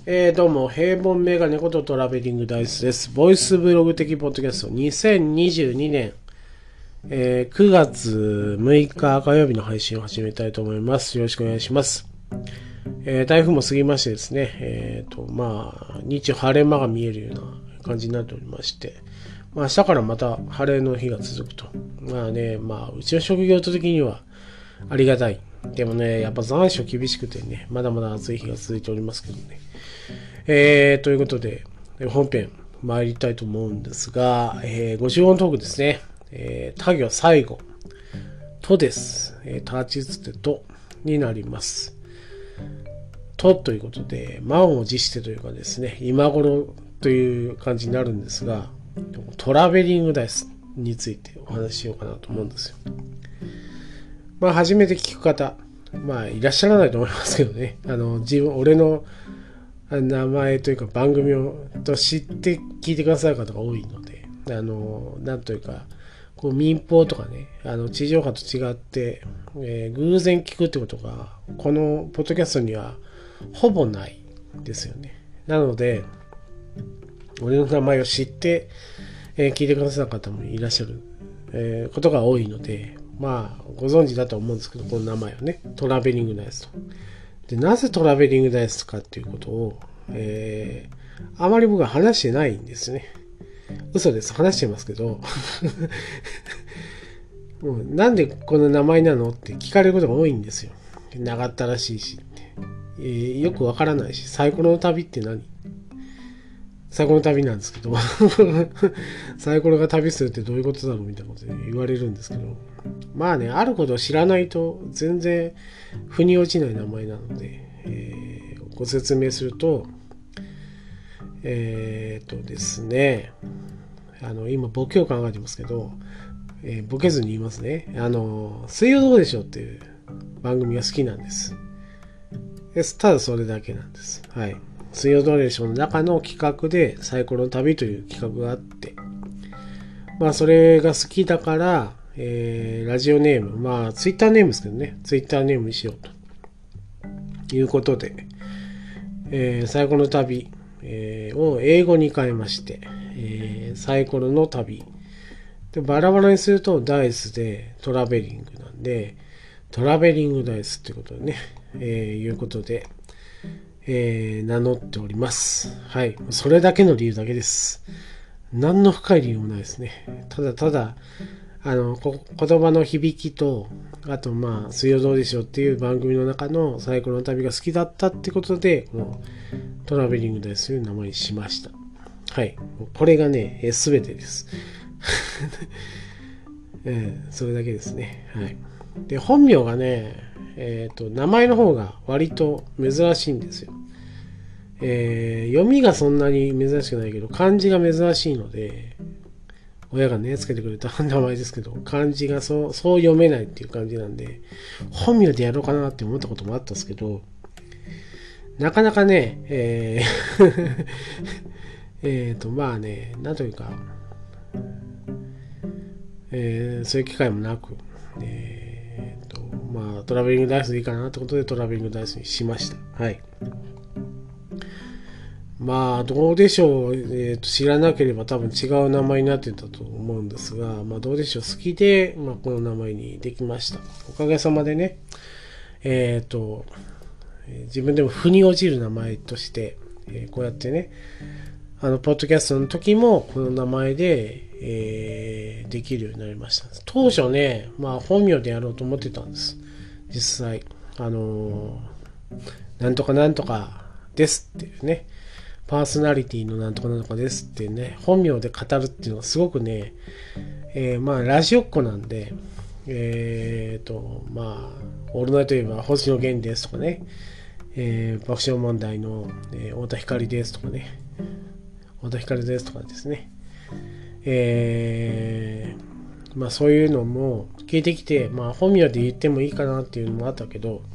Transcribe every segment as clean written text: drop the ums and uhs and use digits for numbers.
どうも、平凡メガネことトラベリングダイスです。ボイスブログ的ポッドキャスト2022年、9月6日火曜日の配信を始めたいと思います。よろしくお願いします。台風も過ぎましてですね、日中晴れ間が見えるような感じになっておりまして、明日からまた晴れの日が続くと。うちの職業的にはありがたい。でもね、やっぱ残暑厳しくてね、まだまだ暑い日が続いておりますけどね。ということで、本編参りたいと思うんですが、50音トークですね。他行最後、とです。立ちつてとになります。とということで、満を持してというかですね、今頃という感じになるんですが、トラベリングダイスについてお話ししようかなと思うんですよ。初めて聞く方、いらっしゃらないと思いますけどね。俺の名前というか番組を知って聞いてくださる方が多いので、なんというか、民放とかね、地上波と違って、偶然聞くってことが、このポッドキャストにはほぼないですよね。なので、俺の名前を知って、聞いてくださる方もいらっしゃる、ことが多いので、ご存知だと思うんですけど、この名前をね、トラベリングダイスと。で、なぜトラベリングダイスかっていうことを、あまり僕は話してないんですね。嘘です。話してますけど、もうなんでこの名前なのって聞かれることが多いんですよ。長ったらしいし、よくわからないし、サイコロの旅って何？サイコロの旅なんですけどサイコロが旅するってどういうことだろうみたいなことで言われるんですけど、あることを知らないと全然腑に落ちない名前なので、ご説明するとですね、今ボケを考えてますけど、ボケずに言いますね。水曜どうでしょうっていう番組が好きなんです。ただそれだけなんです。はい。水曜どうでしょうの中の企画でサイコロの旅という企画があって、それが好きだから、ラジオネーム、ツイッターネームですけどね、ツイッターネームにしようということで、サイコロの旅、を英語に変えまして、サイコロの旅でバラバラにするとダイスでトラベリングなんで、トラベリングダイスっていうことでね、いうことで、名乗っております。はい。それだけの理由だけです。何の深い理由もないですね。ただただ、言葉の響きと、あと水曜どうでしょうっていう番組の中のサイコロの旅が好きだったってことで、トラベリングダイスという名前にしました。はい。これがね、すべてです。それだけですね。はい。で、本名がね、名前の方が割と珍しいんですよ。読みがそんなに珍しくないけど、漢字が珍しいので、親がね、つけてくれた名前ですけど、漢字がそう読めないっていう感じなんで、本名でやろうかなって思ったこともあったんですけど、なかなかね、なんというか、そういう機会もなく、トラベリングダイスでいいかなってことでトラベリングダイスにしました。はい。どうでしょう、知らなければ多分違う名前になってたと思うんですが、どうでしょう、好きで、この名前にできました。おかげさまでね、自分でも腑に落ちる名前として、こうやってね、ポッドキャストの時もこの名前で、できるようになりました。当初ね、本名でやろうと思ってたんです。実際、なんとかなんとかですっていうね、パーソナリティのなんとかなんとかですってね、本名で語るっていうのはすごくね、ラジオっ子なんで、オールナイトといえば星野源ですとかね、爆笑問題の、太田光ですとかね、太田光ですとかですね、そういうのも聞いてきて、本名で言ってもいいかなっていうのもあったけど、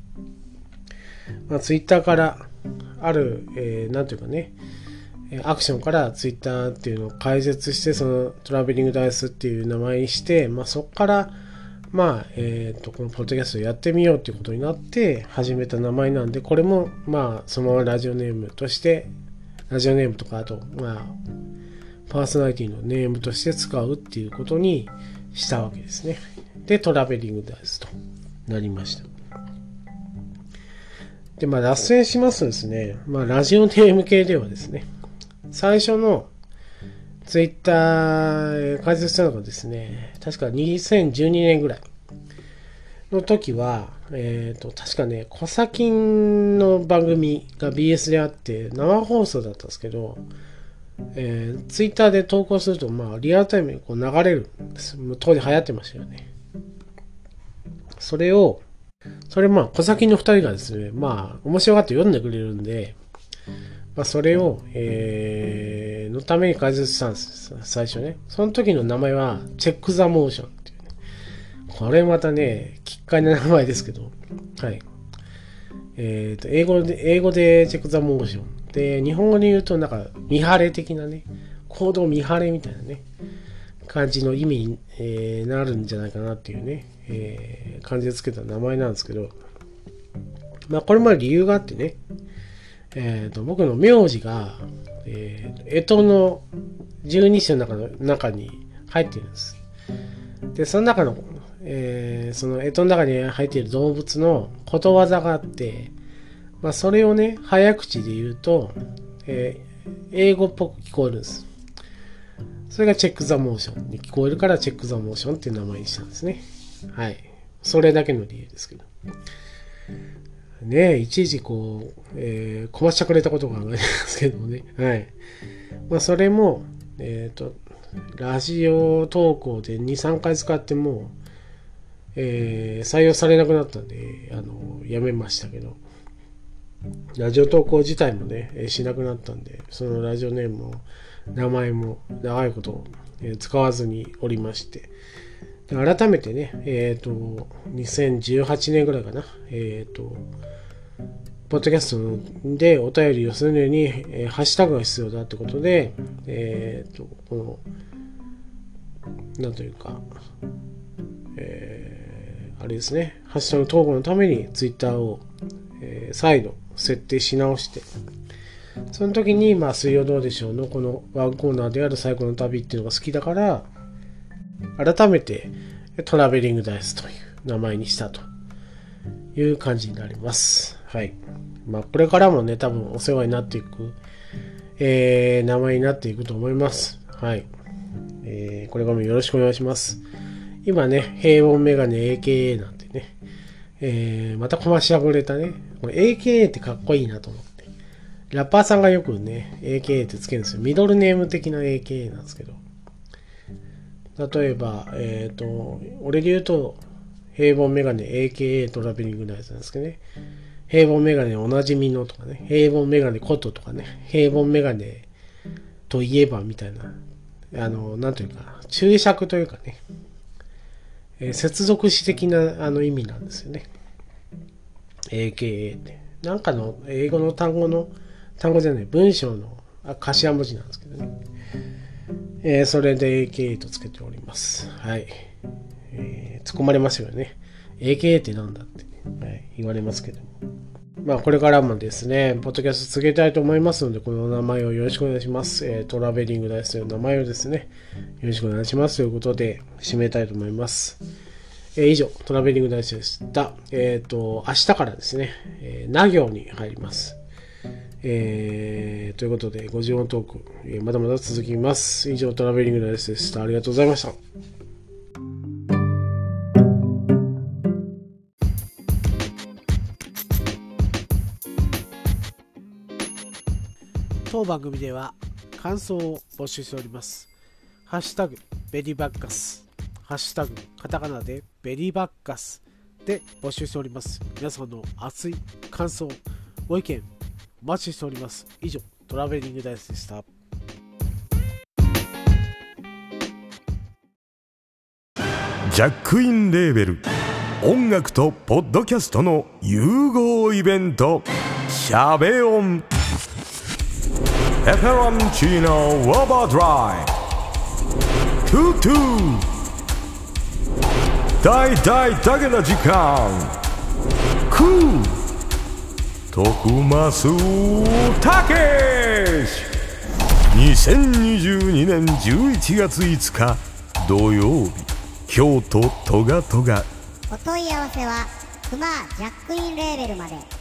ツイッターからある、なんていうかね、アクションからツイッターっていうのを解説して、そのトラベリングダイスっていう名前にして、そこからまあ、このポッドキャストやってみようということになって始めた名前なんで、これも、まあ、そのままラジオネームとして、ラジオネームとか、あと、まあ、パーソナリティのネームとして使うっていうことにしたわけですね。で、トラベリングダイスとなりました。で、まあ、脱線しますとですね、まあ、ラジオネーム系ではですね、最初のツイッター開設したのがですね、確か2012年ぐらいの時は、確かね、コサキンの番組が BS であって生放送だったんですけど、ツイッターで投稿すると、まあ、リアルタイムにこう流れるんです。当時流行ってましたよね。それまあ、小崎の2人がですね、まあ、面白がって読んでくれるんで、まあ、それを、のために開設したんです、最初ね。その時の名前は、チェック・ザ・モーションっていうね。これまたね、奇怪な名前ですけど、はい。英語でチェック・ザ・モーション。で、日本語で言うと、なんか、見晴れ的なね、行動見晴れみたいなね、感じの意味に、なるんじゃないかなっていうね、感じでつけた名前なんですけど、まあこれも理由があってね、僕の名字が、干支の十二支の中に入ってるんです。で、その中の、その干支の中に入っている動物のことわざがあって、まあそれをね、早口で言うと、英語っぽく聞こえるんです。それがチェック・ザ・モーションに聞こえるからチェック・ザ・モーションっていう名前にしたんですね。はい。それだけの理由ですけど。ねえ、いちいちこう、こましちゃくれたことがあるんですけどもね。はい。まあ、それも、ラジオ投稿で2、3回使っても、採用されなくなったんで、やめましたけど。ラジオ投稿自体もね、しなくなったんで、そのラジオネームも、名前も長いこと使わずにおりまして、改めてね、2018年ぐらいかな、ポッドキャストでお便りをするのに、ハッシュタグが必要だってことで、この、なんというか、あれですね、ハッシュタグ投稿のためにツイッターを、再度設定し直して、その時に、まあ、水曜どうでしょうのこのワンコーナーである最後の旅っていうのが好きだから、改めてトラベリングダイスという名前にしたという感じになります。はい。まあ、これからもね、多分お世話になっていく、名前になっていくと思います。はい。これからもよろしくお願いします。今ね、平凡メガネ AKA なんてね、またこましゃくれたね、これ AKA ってかっこいいなと思って。ラッパーさんがよくね、AKA ってつけるんですよ。ミドルネーム的な AKA なんですけど。例えば、俺で言うと、平凡メガネ AKA トラベリングダイスなんですけどね。平凡メガネおなじみのとかね。平凡メガネこととかね。平凡メガネといえばみたいな。なんというか、注釈というかね。接続詞的な意味なんですよね。AKA って。なんかの英語の単語じゃない、文章の頭文字なんですけどね。それで AKA とつけております。はい。突っ込まれますよね。AKA ってなんだって、はい、言われますけども。まあ、これからもですね、ポッドキャスト続けたいと思いますので、この名前をよろしくお願いします。トラベリングダイスという名前をですね、よろしくお願いしますということで、締めたいと思います。以上、トラベリングダイスでした。明日からですね、名行に入ります。ということで、50音トーク、まだまだ続きます。以上、トラベリングダイスでした。ありがとうございました。当番組では感想を募集しております。ハッシュタグベリーバッカス、ハッシュタグカタカナでベリーバッカスで募集しております。皆さんの熱い感想、ご意見お待ちしております。以上、トラベリングダイスでした。 ジャックインレーベル音楽とポッドキャストの融合イベント、シャベオンエフェロンチーノウォーバードライトゥトゥ大大だけな時間クー徳増たけし2022年11月5日土曜日京都トガトガお問い合わせはクマジャックインレーベルまで。